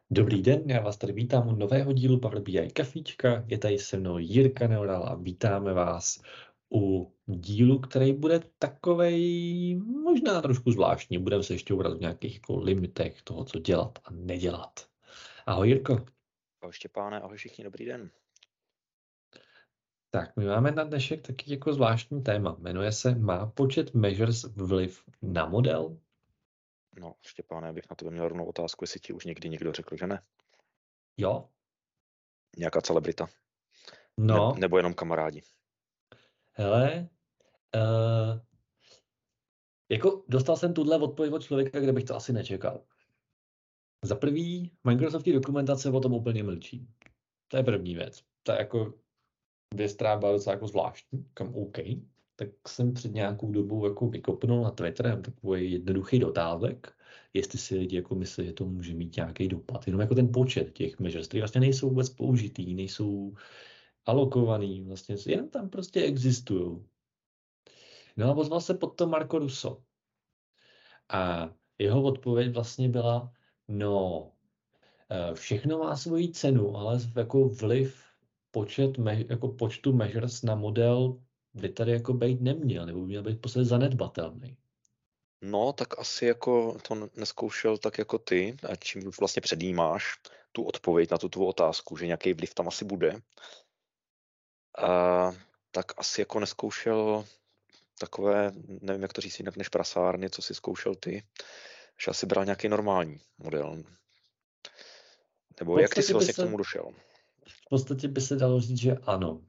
Dobrý den, já vás tady vítám u nového dílu Power BI Kafíčka. Je tady se mnou Jirka Neural a vítáme vás u dílu, který bude takovej možná trošku zvláštní. Budeme se ještě ubrat v nějakých jako limitech toho, co dělat a nedělat. Ahoj Jirko. Ahoj Štěpáne, ahoj všichni, dobrý den. Tak, my máme na dnešek taky jako zvláštní téma. Jmenuje se Má počet measures vliv na model? No, Štěpáne, já bych na tebe měl rovnou otázku, jestli ti už někdy někdo řekl, že ne? Jo? Nějaká celebrita? No, Nebo jenom kamarádi? hele, jako dostal jsem tuhle odpověď od člověka, kde bych to asi nečekal. Za prvý, Microsoftí dokumentace o tom úplně mlčí. To je první věc. To je jako věc, která byla docela jako zvláštní, kam OK. Tak jsem před nějakou dobou jako vykopnul na Twitter takový jednoduchý dotázek, jestli si lidi jako myslí, že to může mít nějaký dopad. Jenom jako ten počet těch measures, které vlastně nejsou vůbec použitý, nejsou alokovaný, vlastně jen tam prostě existují. No a ozval se pod to Marco Russo. A jeho odpověď vlastně byla, no, všechno má svoji cenu, ale jako vliv jako počtu measures na model by tady jako být neměl, nebo by měl být prostě zanedbatelný. No, tak asi jako to neskoušel tak jako ty, a čím už vlastně předjímáš tu odpověď na tu tvou otázku, že nějaký vliv tam asi bude, tak asi jako neskoušel takové, nevím jak to říct jinak než prasárny, co si zkoušel ty, že asi bral nějaký normální model. Nebo jak ty si vlastně k tomu došel? V podstatě by se dalo říct, že ano.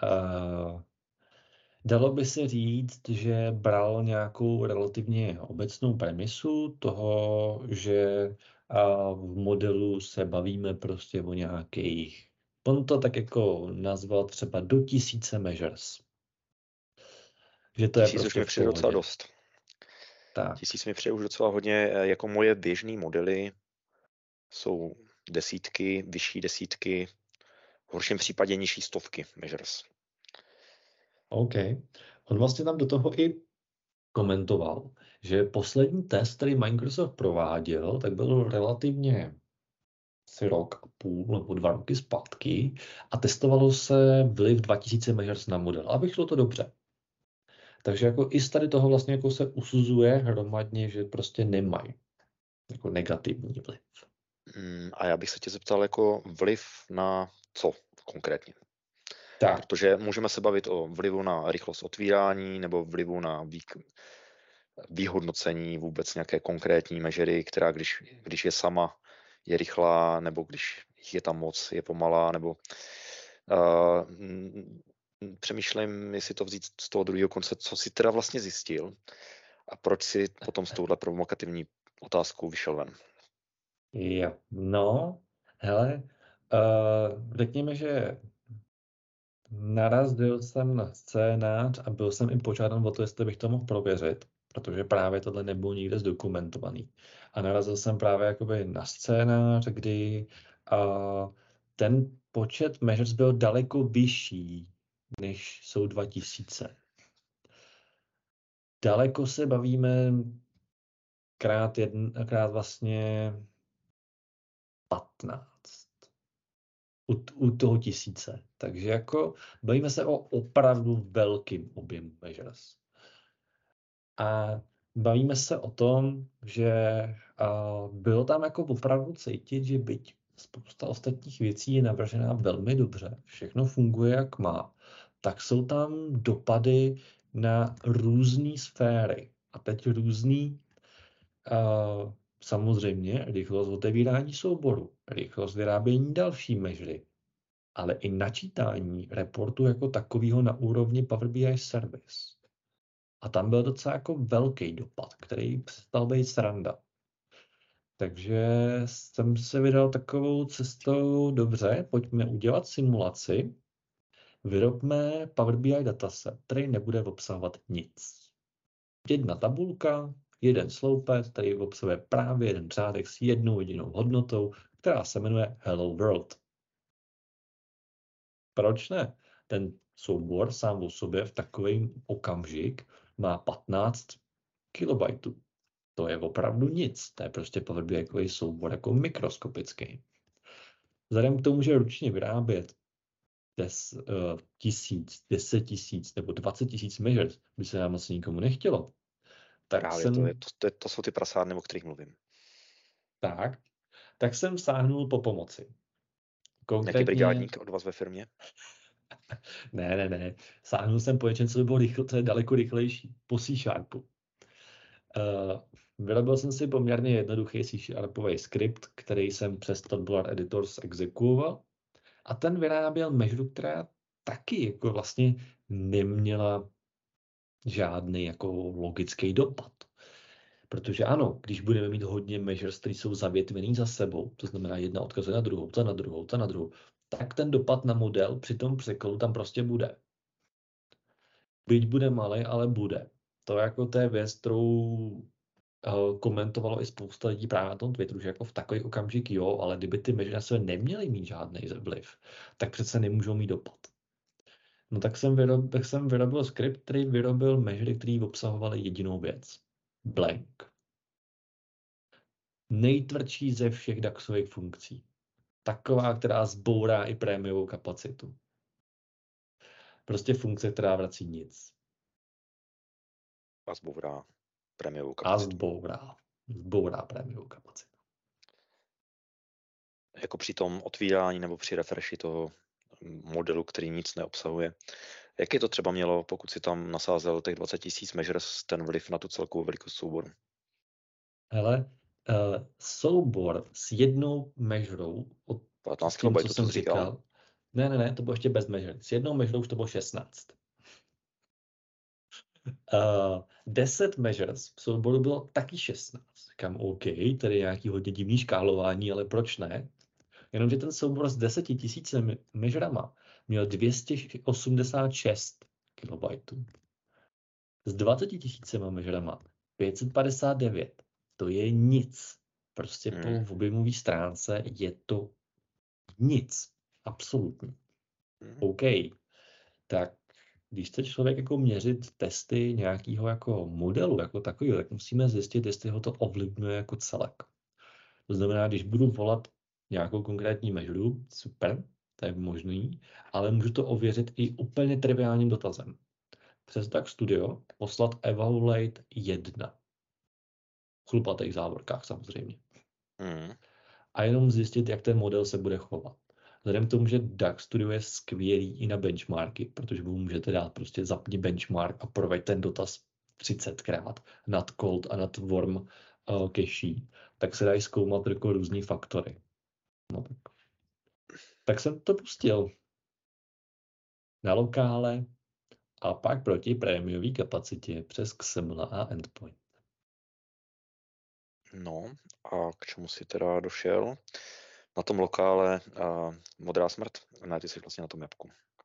Dalo by se říct, že bral nějakou relativně obecnou premisu toho, že v modelu se bavíme prostě o nějakých, on to tak jako nazval třeba do 1000 measures. Že to je 1000 už prostě mi v přijde docela pohodě. dost. Tak. 1000 mi přijde už docela hodně, jako moje běžné modely jsou desítky, vyšší desítky, v horším případě nižší stovky measures. OK. On vlastně tam do toho i komentoval, že poslední test, který Microsoft prováděl, tak byl relativně asi rok a půl nebo 2 roky zpátky a testovalo se vliv 2000 MHz na model a vyšlo to dobře. Takže jako i z tady toho vlastně jako se usuzuje hromadně, že prostě nemají jako negativní vliv. A já bych se tě zeptal jako vliv na co konkrétně? Tak. Protože můžeme se bavit o vlivu na rychlost otvírání nebo vlivu na vyhodnocení vůbec nějaké konkrétní mežery, která když je sama, je rychlá, nebo když je tam moc, je pomalá, nebo přemýšlím, jestli to vzít z toho druhého konce, co si teda vlastně zjistil a proč si potom s touhle provokativní otázkou vyšel ven. Jo, no, hele, řekněme, že narazil jsem na scénář a byl jsem i požádán o to, jestli bych to mohl prověřit, protože právě tohle nebylo nikde zdokumentovaný. A narazil jsem právě jakoby na scénář, kdy ten počet measures byl daleko vyšší, než jsou 2000. Daleko se bavíme krát vlastně 15. U toho 1000. Takže jako bavíme se o opravdu velkým objemu measures. A bavíme se o tom, že bylo tam jako opravdu cítit, že byť spousta ostatních věcí je navržená velmi dobře, všechno funguje jak má, tak jsou tam dopady na různé sféry. A teď různý, samozřejmě rychlost otevírání souboru, rychlost vyrábění další measury, ale i načítání reportu jako takového na úrovni Power BI Service. A tam byl docela jako velký dopad, který přestal být sranda. Takže jsem se vydal takovou cestou, dobře, pojďme udělat simulaci, vyrobme Power BI dataset, který nebude obsahovat nic. Jedna tabulka, jeden sloupec, který obsahuje právě jeden řádek s jednou jedinou hodnotou, která se jmenuje Hello World. Proč ne? Ten soubor sám o sobě v takový okamžik má 15 kilobajtů. To je opravdu nic. To je prostě Power BI soubor jako mikroskopický. Vzhledem k tomu, že ručně vyrábět 1000, 10 000 nebo 20 000 measures by se nám asi nikomu nechtělo. Tak Právě jsem, to jsou ty prasárny, o kterých mluvím. tak jsem sáhnul po pomoci. Nějaký Konkrétně... brigádník od vás ve firmě? Ne. Sáhnul jsem po něčem, co by bylo co je daleko rychlejší. Po C-Sharpu. Vyrobil jsem si poměrně jednoduchý C-Sharpový skript, který jsem přes Tabular Editors exekuoval. A ten vyráběl measure, která taky jako vlastně neměla žádný jako logický dopad. Protože ano, když budeme mít hodně measures, které jsou zavětvený za sebou, to znamená jedna odkazuje na druhou, ta na druhou, ta na druhou, tak ten dopad na model při tom překladu tam prostě bude. Byť bude malý, ale bude. To jako té věc, kterou komentovalo i spousta lidí právě na tom Twitteru, že jako v takový okamžik jo, ale kdyby ty measure na sebe neměly mít žádný vliv, tak přece nemůžou mít dopad. No tak jsem vyrobil skript, který vyrobil measure, který obsahovaly jedinou věc. Blank. Nejtvrdší ze všech DAXových funkcí. Taková, která zbourá i prémiovou kapacitu. Prostě funkce, která vrací nic. A zbourá prémiovou A kapacitu. zbourá prémiovou kapacitu. Jako při tom otvírání nebo při refreshi toho modelu, který nic neobsahuje. Jak je to třeba mělo, pokud si tam nasázel těch 20 000 measures, ten vliv na tu celkovou velikost souboru? Hele, soubor s jednou measurou, 15 s tím, KB, co to jsem jsi říkal? říkal. Ne, to bylo ještě bez measure. S jednou measurou už to bylo 16. 10 measures v souboru bylo taky 16. Říkám, OK, tady je nějaký hodně divný škálování, ale proč ne? Jenomže ten soubor s 10 000 measurama měl 286 KB. S 20 000 measurama 559. To je nic. Prostě po objemové stránce je to nic. Absolutně. OK. Tak když chce člověk jako měřit testy nějakého jako modelu jako takového, tak musíme zjistit, jestli ho to ovlivňuje jako celek. To znamená, když budu volat nějakou konkrétní measure, super, to je možný, ale můžu to ověřit i úplně triviálním dotazem. Přes DAX Studio poslat evaluate 1. V chlupatých závorkách samozřejmě. A jenom zjistit, jak ten model se bude chovat. Vzhledem k tomu, že DAX Studio je skvělý i na benchmarky, protože mu můžete dát prostě zapni benchmark a proveď ten dotaz 30krát nad cold a nad warm cache, tak se dají zkoumat jako různý faktory. No tak jsem to pustil na lokále a pak proti prémiové kapacitě přes XML a endpoint. No a k čemu si teda došel? Na tom lokále modrá smrt? Ne, ty jsi vlastně na tom jabku.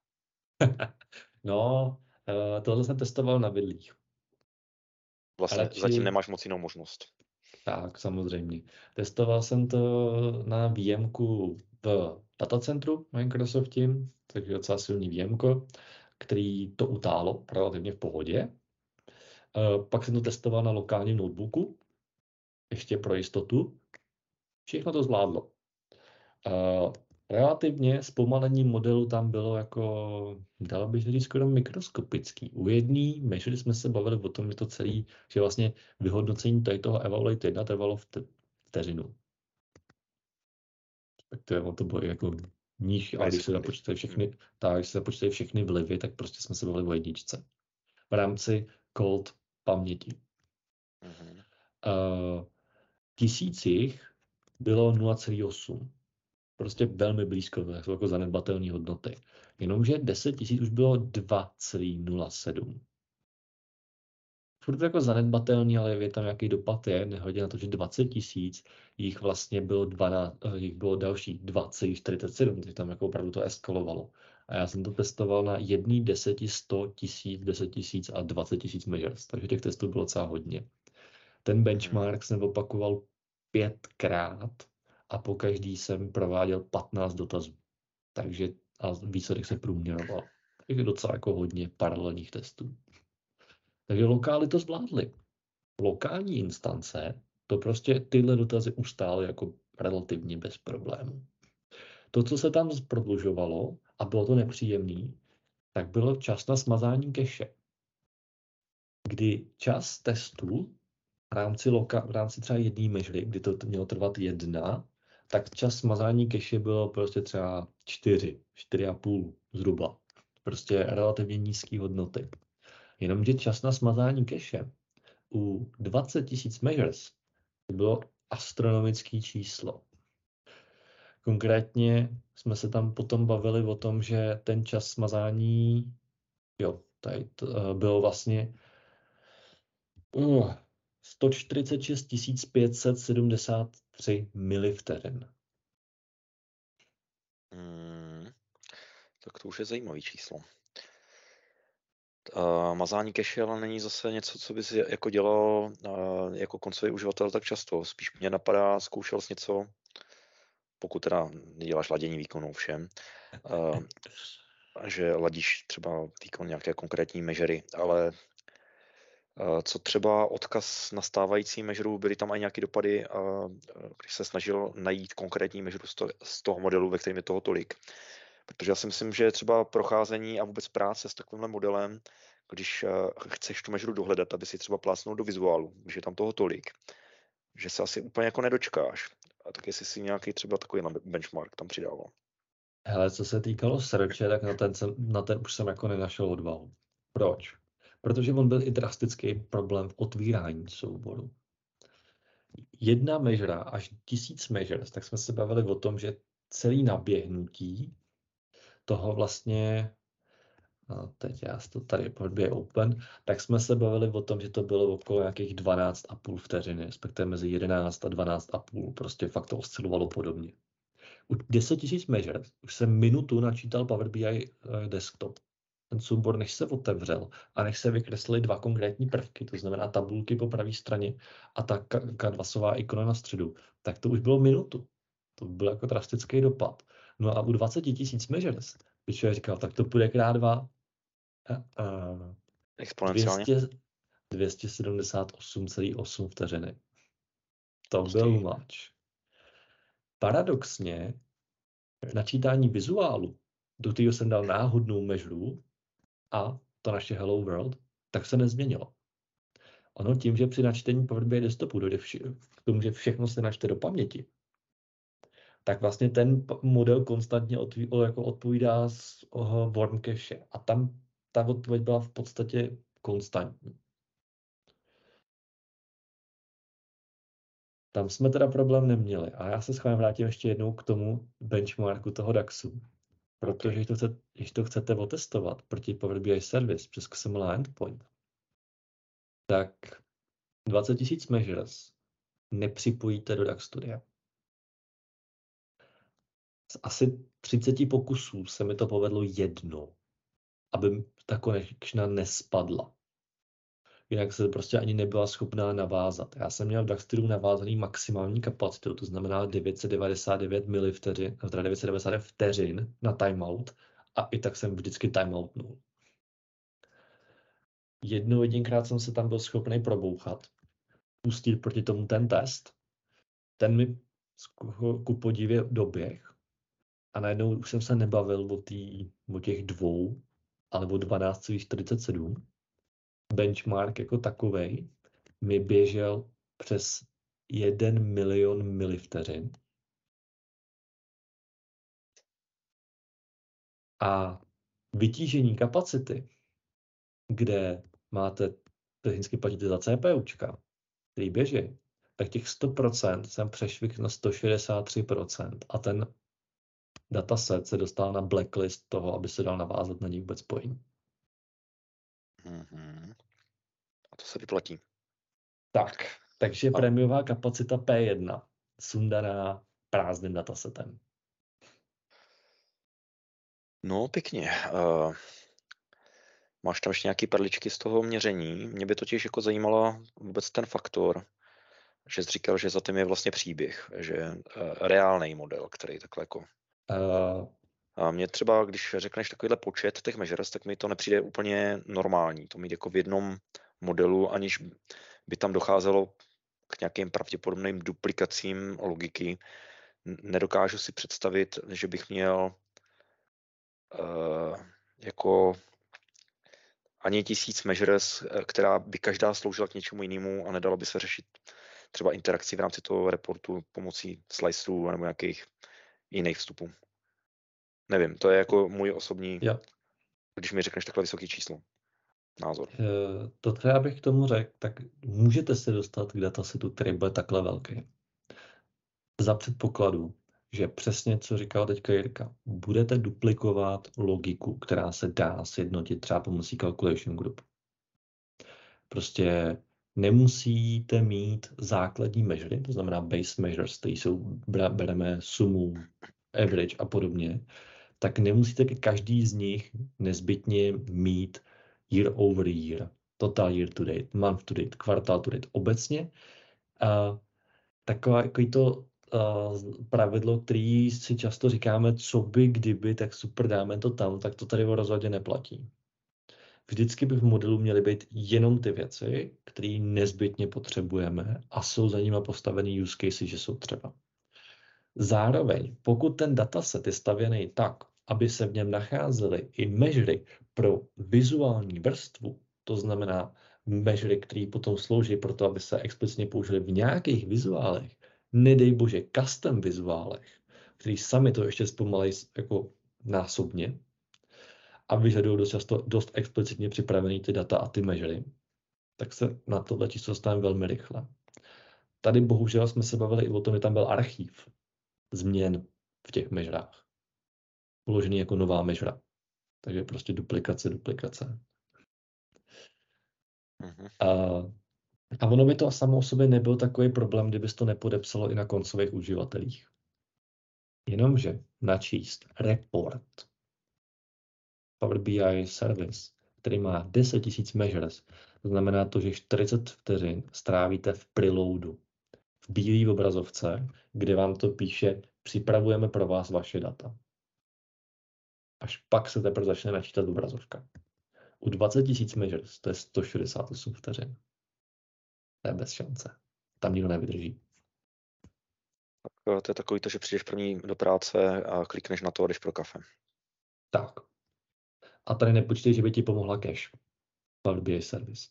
No, tohle jsem testoval na vidlích. Vlastně zatím nemáš moc jinou možnost. Tak, samozřejmě. Testoval jsem to na VMku v datacentru Microsoftím, takže docela silný VMko, který to utálo relativně v pohodě. Pak jsem to testoval na lokálním notebooku, ještě pro jistotu. Všechno to zvládlo. Relativně zpomalení modelu tam bylo jako, dalo bych říct, skoro mikroskopický. U jedné measure jsme se bavili o tom, že to celý, že vlastně vyhodnocení toho Evaluate 1 trvalo vteřinu. Respektive to bylo jako níž, ale když se započítali všechny vlivy, tak prostě jsme se bavili o jedničce. V rámci cold paměti. Tisících bylo 0,8. Prostě velmi blízko, to jsou jako zanedbatelné hodnoty. Jenomže 10 000 už bylo 2,07. Furt jako zanedbatelný, ale je tam nějaký dopad nehledě na to, že 20 000 jich vlastně bylo 12, jich bylo další 2,47, takže tam jako opravdu to eskalovalo. A já jsem to testoval na 1, 10, 100 000, 10 000 a 20 000 measures, takže těch testů bylo docela hodně. Ten benchmark jsem opakoval 5krát a po každý jsem prováděl 15 dotazů. Takže a výsledek se průměroval. Takže docela jako hodně paralelních testů. Takže lokály to zvládly. lokální instance to prostě tyhle dotazy ustály jako relativně bez problémů. To, co se tam prodlužovalo a bylo to nepříjemné, tak bylo čas na smazání cache. Kdy čas testu v rámci třeba jedné mežry, kdy to mělo trvat 1, tak čas smazání cache bylo prostě třeba 4,5 zhruba. Prostě relativně nízké hodnoty. Jenomže čas na smazání cache u 20 000 measures bylo astronomické číslo. Konkrétně jsme se tam potom bavili o tom, že ten čas smazání tady to, bylo vlastně 146 573 milivteřin. Tak to už je zajímavý číslo. Mazání cache ale není zase něco, co bys jako dělal jako koncový uživatel tak často. Spíš mě napadá, zkoušel jsi něco, pokud teda neděláš ladění výkonu všem, že ladíš třeba výkon nějaké konkrétní mežery, ale co třeba odkaz na stávající mežeru, byly tam i nějaké dopady, když se snažil najít konkrétní mežeru z toho modelu, ve kterém je toho tolik. Protože já si myslím, že třeba procházení a vůbec práce s takovýmhle modelem, když chceš tu mežeru dohledat, aby si třeba plásnul do vizuálu, když je tam toho tolik, že se asi úplně jako nedočkáš. A tak jestli si nějaký třeba takový benchmark tam přidával. Hele, co se týkalo searche, tak na ten už jsem jako nenašel odvahu. Proč? Protože on byl i drastický problém v otvírání souboru. 1 mežra až 1000 measures, tak jsme se bavili o tom, že celý naběhnutí toho vlastně, teď já to tady je open, tak jsme se bavili o tom, že to bylo okolo nějakých 12,5 vteřiny, respektive mezi 11 a 12,5, prostě fakt to oscilovalo podobně. U 10 000 measures už jsem minutu načítal Power BI desktop. Ten soubor, než se otevřel a než se vykreslily 2 konkrétní prvky, to znamená tabulky po pravé straně a ta kanvasová ikona na středu, tak to už bylo minutu. To byl jako drastický dopad. No a u 20 000 measures by člověk říkal, tak to půjde krát 2. Exponenciálně? 278,8 vteřiny. To byl match. Paradoxně, načítání vizuálu, do kterého jsem dal náhodnou mežru a to naše Hello World, tak se nezměnilo. Ono tím, že při načtení Power BI desktopu dojde k tomu, že všechno se načte do paměti, tak vlastně ten model konstantně jako odpovídá z warm cache a tam ta odpověď byla v podstatě konstantní. Tam jsme teda problém neměli. A já se schválně vrátím ještě jednou k tomu benchmarku toho DAXu. Protože když to chcete otestovat proti Power BI Service přes XML endpoint, tak 20 000 measures nepřipojíte do DAX Studia. Z asi 30 pokusů se mi to povedlo jednou, aby ta konečna nespadla. Jinak se prostě ani nebyla schopná navázat. Já jsem měl v DAX Studiu navázaný maximální kapacitu, to znamená 999 milivteřin, teda 999 vteřin na timeout a i tak jsem vždycky timeoutnul. Jedinkrát jsem se tam byl schopný probouchat, pustit proti tomu ten test, ten mi ku podivě doběh a najednou už jsem se nebavil o těch 2, ale o 12,47. Benchmark jako takovej mi běžel přes 1 milion milivteřin. A vytížení kapacity, kde máte technicky platíte za CPUčka, který běží, tak těch 100% jsem přešvih na 163% a ten dataset se dostal na blacklist toho, aby se dal navázat na něj vůbec spojení. A to se vyplatí. Takže prémiová kapacita P1 sundaná prázdným datasetem. No, pěkně. Máš tam ještě nějaké perličky z toho měření? Mě by totiž jako zajímalo vůbec ten faktor, že jsi říkal, že za tím je vlastně příběh, že reálný model, který takhle jako... A mě třeba, když řekneš takovýhle počet těch measures, tak mi to nepřijde úplně normální. To mít jako v jednom modelu, aniž by tam docházelo k nějakým pravděpodobným duplikacím logiky. Nedokážu si představit, že bych měl jako ani 1000 measures, která by každá sloužila k něčemu jinému a nedalo by se řešit třeba interakci v rámci toho reportu pomocí slicerů nebo nějakých jiných vstupů. Nevím, to je jako můj osobní, když mi řekneš takhle vysoké číslo, názor. To, co já bych k tomu řekl, tak můžete se dostat k datasetu, který bude takhle velký. Za předpokladu, že přesně, co říkal teďka Jirka, budete duplikovat logiku, která se dá sjednotit třeba pomocí calculation group. Prostě nemusíte mít základní measury, to znamená base measures, které jsou, bereme sumu, average a podobně, tak nemusíte každý z nich nezbytně mít year over year, total year to date, month to date, kvartál to date. Obecně takový to pravidlo, který si často říkáme, co by kdyby, tak super, dáme to tam, tak to tady rozhodně neplatí. Vždycky by v modelu měly být jenom ty věci, které nezbytně potřebujeme a jsou za nimi postavený use cases, že jsou třeba. Zároveň, pokud ten dataset je stavěný tak, aby se v něm nacházely i measury pro vizuální vrstvu, to znamená measury, které potom slouží pro to, aby se explicitně použily v nějakých vizuálech, nedej bože custom vizuálech, který sami to ještě zpomalejí jako násobně a vyžadují dost explicitně připravený ty data a ty measury, tak se na tohle číslo dostaneme velmi rychle. Tady bohužel jsme se bavili i o tom, že tam byl archív změn v těch mežrách. Uložený jako nová mežra. Takže prostě duplikace. A ono by to samo o sobě nebyl takový problém, kdyby to nepodepsalo i na koncových uživatelích. Jenomže načíst report Power BI service, který má 10 000 measures, to znamená to, že 40 vteřin strávíte v preloadu, v bílé obrazovce, kde vám to píše, připravujeme pro vás vaše data. Až pak se teprve začne načítat obrazovka. U 20 000 measures to je 168 vteřin. To je bez šance. Tam nikdo nevydrží. Tak to je takový to, že přijdeš první do práce a klikneš na to a jdeš pro kafe. Tak. A tady nepočítej, že by ti pomohla cache. Power BI service.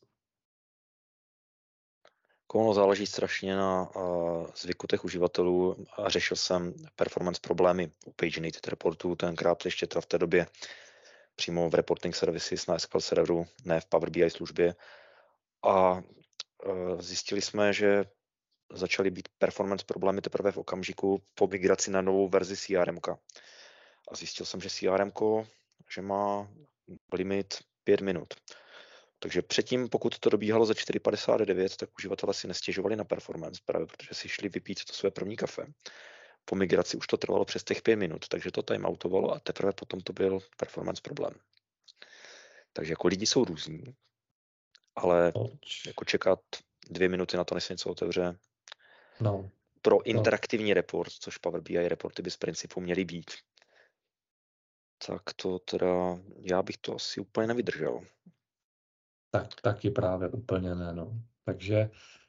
Ono záleží strašně na zvyku těch uživatelů a řešil jsem performance problémy u PageNated reportů, tenkrát ještě v té době přímo v reporting services na SQL serveru, ne v Power BI službě. A zjistili jsme, že začaly být performance problémy teprve v okamžiku po migraci na novou verzi CRM. A zjistil jsem, že CRM, že má limit 5 minut. Takže předtím, pokud to dobíhalo za 4,59, tak uživatelé si nestěžovali na performance, právě protože si šli vypít to své první kafe. Po migraci už to trvalo přes těch 5 minut, takže to timeoutovalo a teprve potom to byl performance problém. Takže jako lidi jsou různí, ale jako čekat 2 minuty na to, než se něco otevře. No. Pro interaktivní report, což Power BI reporty by z principu měly být, tak to teda, já bych to asi úplně nevydržel. Tak taky právě úplně ne, no. Takže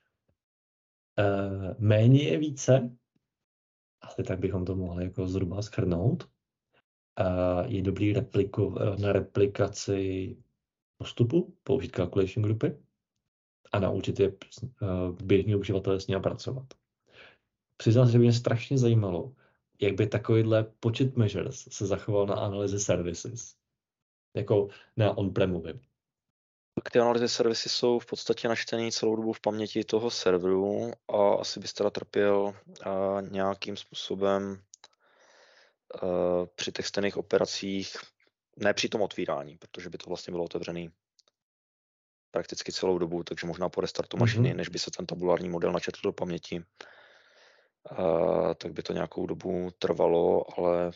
méně je více, asi tak bychom to mohli jako zhruba shrnout. Je dobrý na replikaci postupu, použít calculation grupy a naučit je běžní uživatelé s ním pracovat. Přiznám se, že mě strašně zajímalo, jak by takovýhle počet measures se zachoval na analýze services, jako na on-premově. Tak ty analýzy servisy jsou v podstatě načtený celou dobu v paměti toho serveru a asi byste teda trpěl nějakým způsobem při těch stejných operacích, ne při tom otvírání, protože by to vlastně bylo otevřený prakticky celou dobu, takže možná po restartu mašiny, než by se ten tabulární model načetl do paměti, tak by to nějakou dobu trvalo, ale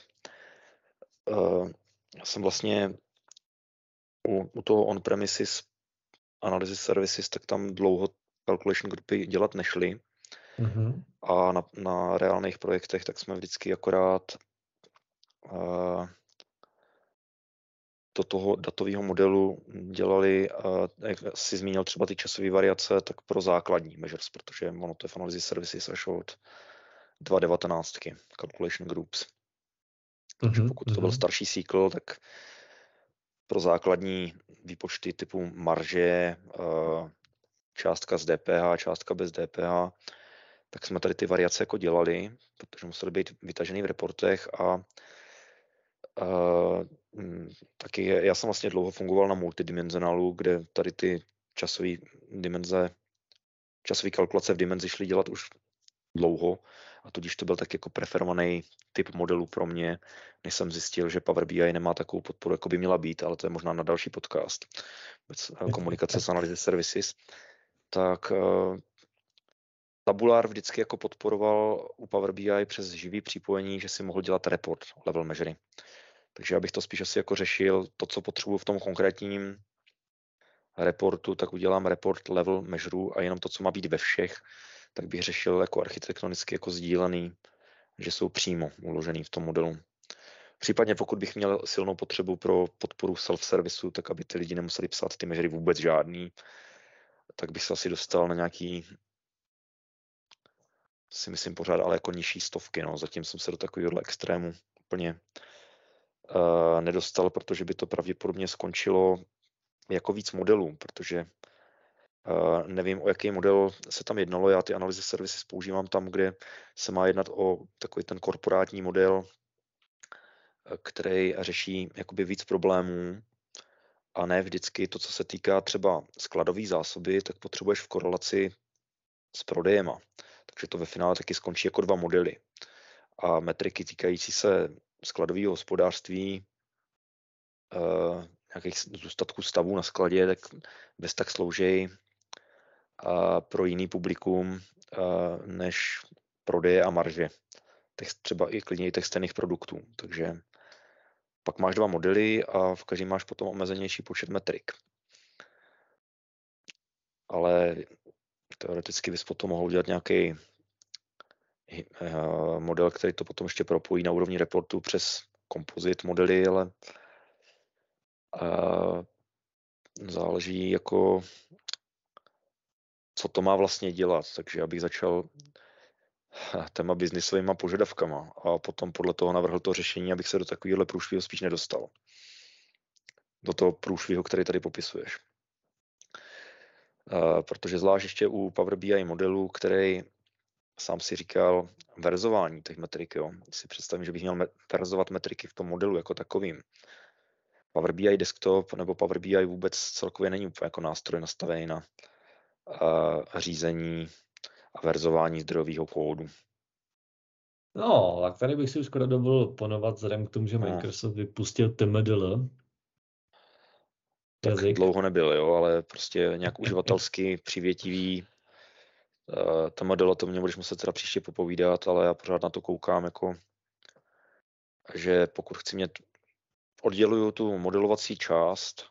já jsem vlastně u toho on-premises analýzy services, tak tam dlouho calculation grupy dělat nešly. A na reálných projektech tak jsme vždycky akorát do toho datového modelu dělali, jak jsi zmínil třeba ty časové variace, tak pro základní measures, protože ono to je v analysis services až od 2.19 calculation groups. Takže pokud to byl starší SQL, tak pro základní výpočty typu marže, částka z DPH, částka bez DPH, tak jsme tady ty variace jako dělali, protože musely být vytažený v reportech a taky já jsem vlastně dlouho fungoval na multidimenzionálu, kde tady ty časové kalkulace v dimenzi šly dělat už dlouho a tudíž to byl tak jako preferovaný typ modelu pro mě, než jsem zjistil, že Power BI nemá takovou podporu, jako by měla být, ale to je možná na další podcast. Komunikace s analysis services. Tak tabulár vždycky jako podporoval u Power BI přes živý připojení, že si mohl dělat report level measury. Takže já bych to spíš asi jako řešil, to, co potřebuji v tom konkrétním reportu, tak udělám report level measure a jenom to, co má být ve všech, tak bych řešil jako architektonicky jako sdílený, že jsou přímo uložený v tom modelu. Případně pokud bych měl silnou potřebu pro podporu self-servisu, tak aby ty lidi nemuseli psát ty measury vůbec žádný, tak bych se asi dostal na nějaký, si myslím pořád, ale jako nižší stovky. No. Zatím jsem se do takového extrému úplně nedostal, protože by to pravděpodobně skončilo jako víc modelů, protože nevím, o jaký model se tam jednalo. Já ty analysis services používám tam, kde se má jednat o takový ten korporátní model, který řeší jakoby víc problémů a ne vždycky to, co se týká třeba skladové zásoby, tak potřebuješ v korelaci s prodejema. Takže to ve finále taky skončí jako dva modely. A metriky týkající se skladového hospodářství, nějakých zůstatků stavů na skladě, tak bez tak slouží pro jiný publikum než prodeje a marže. Třeba i klidně i těch stejných produktů. Takže pak máš dva modely a v každém máš potom omezenější počet metrik. Ale teoreticky bys potom mohl udělat nějaký model, který to potom ještě propojí na úrovni reportu přes kompozit modely, ale záleží jako co to má vlastně dělat. Takže já bych začal téma biznisovýma požadavkama a potom podle toho navrhl to řešení, abych se do takového průšvihu spíš nedostal. Do toho průšvihu, který tady popisuješ. Protože zvlášť ještě u Power BI modelu, který sám si říkal verzování těch metrik. Jo. Si představím, že bych měl verzovat metriky v tom modelu jako takovým. Power BI desktop nebo Power BI vůbec celkově není úplně jako nástroj nastavený na řízení a verzování zdrojového kódu. No, tak tady bych si už skoro dovolil ponovat vzhledem k tomu, že Microsoft vypustil TMDL. Tak dlouho nebyl, jo, ale prostě nějak uživatelsky přivětivý. TMDL, to mě budeš muset teda příště popovídat, ale já pořád na to koukám, jako, že pokud chci mít, odděluju tu modelovací část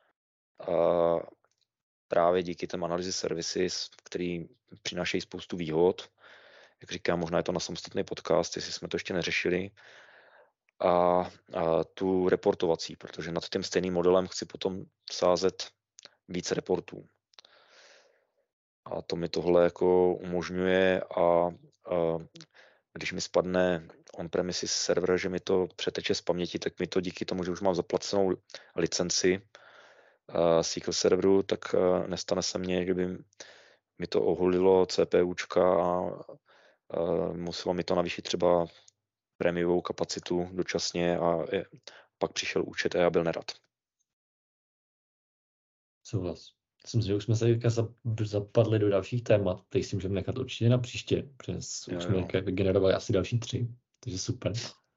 právě díky těm analysis services, který přinášejí spoustu výhod. Jak říkám, možná je to na samostatný podcast, jestli jsme to ještě neřešili. A tu reportovací, protože nad tím stejným modelem chci potom sázet víc reportů. A to mi tohle jako umožňuje a když mi spadne on-premises server, že mi to přeteče z paměti, tak mi to díky tomu, že už mám zaplacenou licenci SQL serveru, tak nestane se mně, že by mi to oholilo CPUčka a muselo mi to navýšit třeba prémiovou kapacitu dočasně a pak přišel účet a já byl nerad. Souhlas. Myslím, že už jsme se zapadli do dalších témat, teď si můžeme nechat určitě na příště, protože už jsme vygenerovali asi další 3, takže super.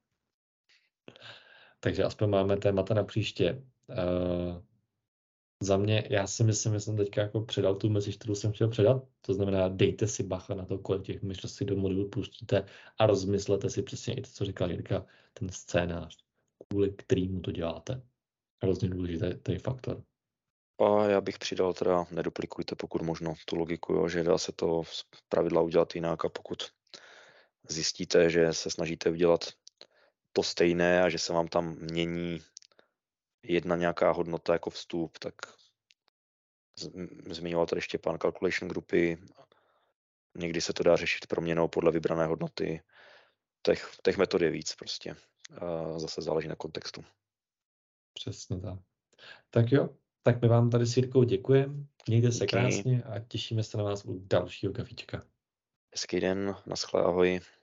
Takže aspoň máme témata na příště. Za mě, já si myslím, že jsem teďka jako předal tu message, kterou jsem chtěl předat, to znamená dejte si bacha na to, kolik těch myšlostí do modulu pustíte a rozmyslete si přesně i to, co říkal Jirka, ten scénář, kvůli kterému to děláte. Hrozně důležitý faktor. A já bych přidal teda, neduplikujte pokud možno tu logiku, jo, že dá se to z pravidla udělat jinak a pokud zjistíte, že se snažíte udělat to stejné a že se vám tam mění jedna nějaká hodnota jako vstup, tak zmiňoval tady Štěpán calculation grupy. Někdy se to dá řešit proměnou podle vybrané hodnoty. Těch metod je víc prostě. Zase záleží na kontextu. Přesně tak. Tak jo, tak my vám tady s Jirkou děkujeme. Mějte se Díky. krásně a těšíme se na vás u dalšího kafíčka. Hezký den, naschle, ahoj.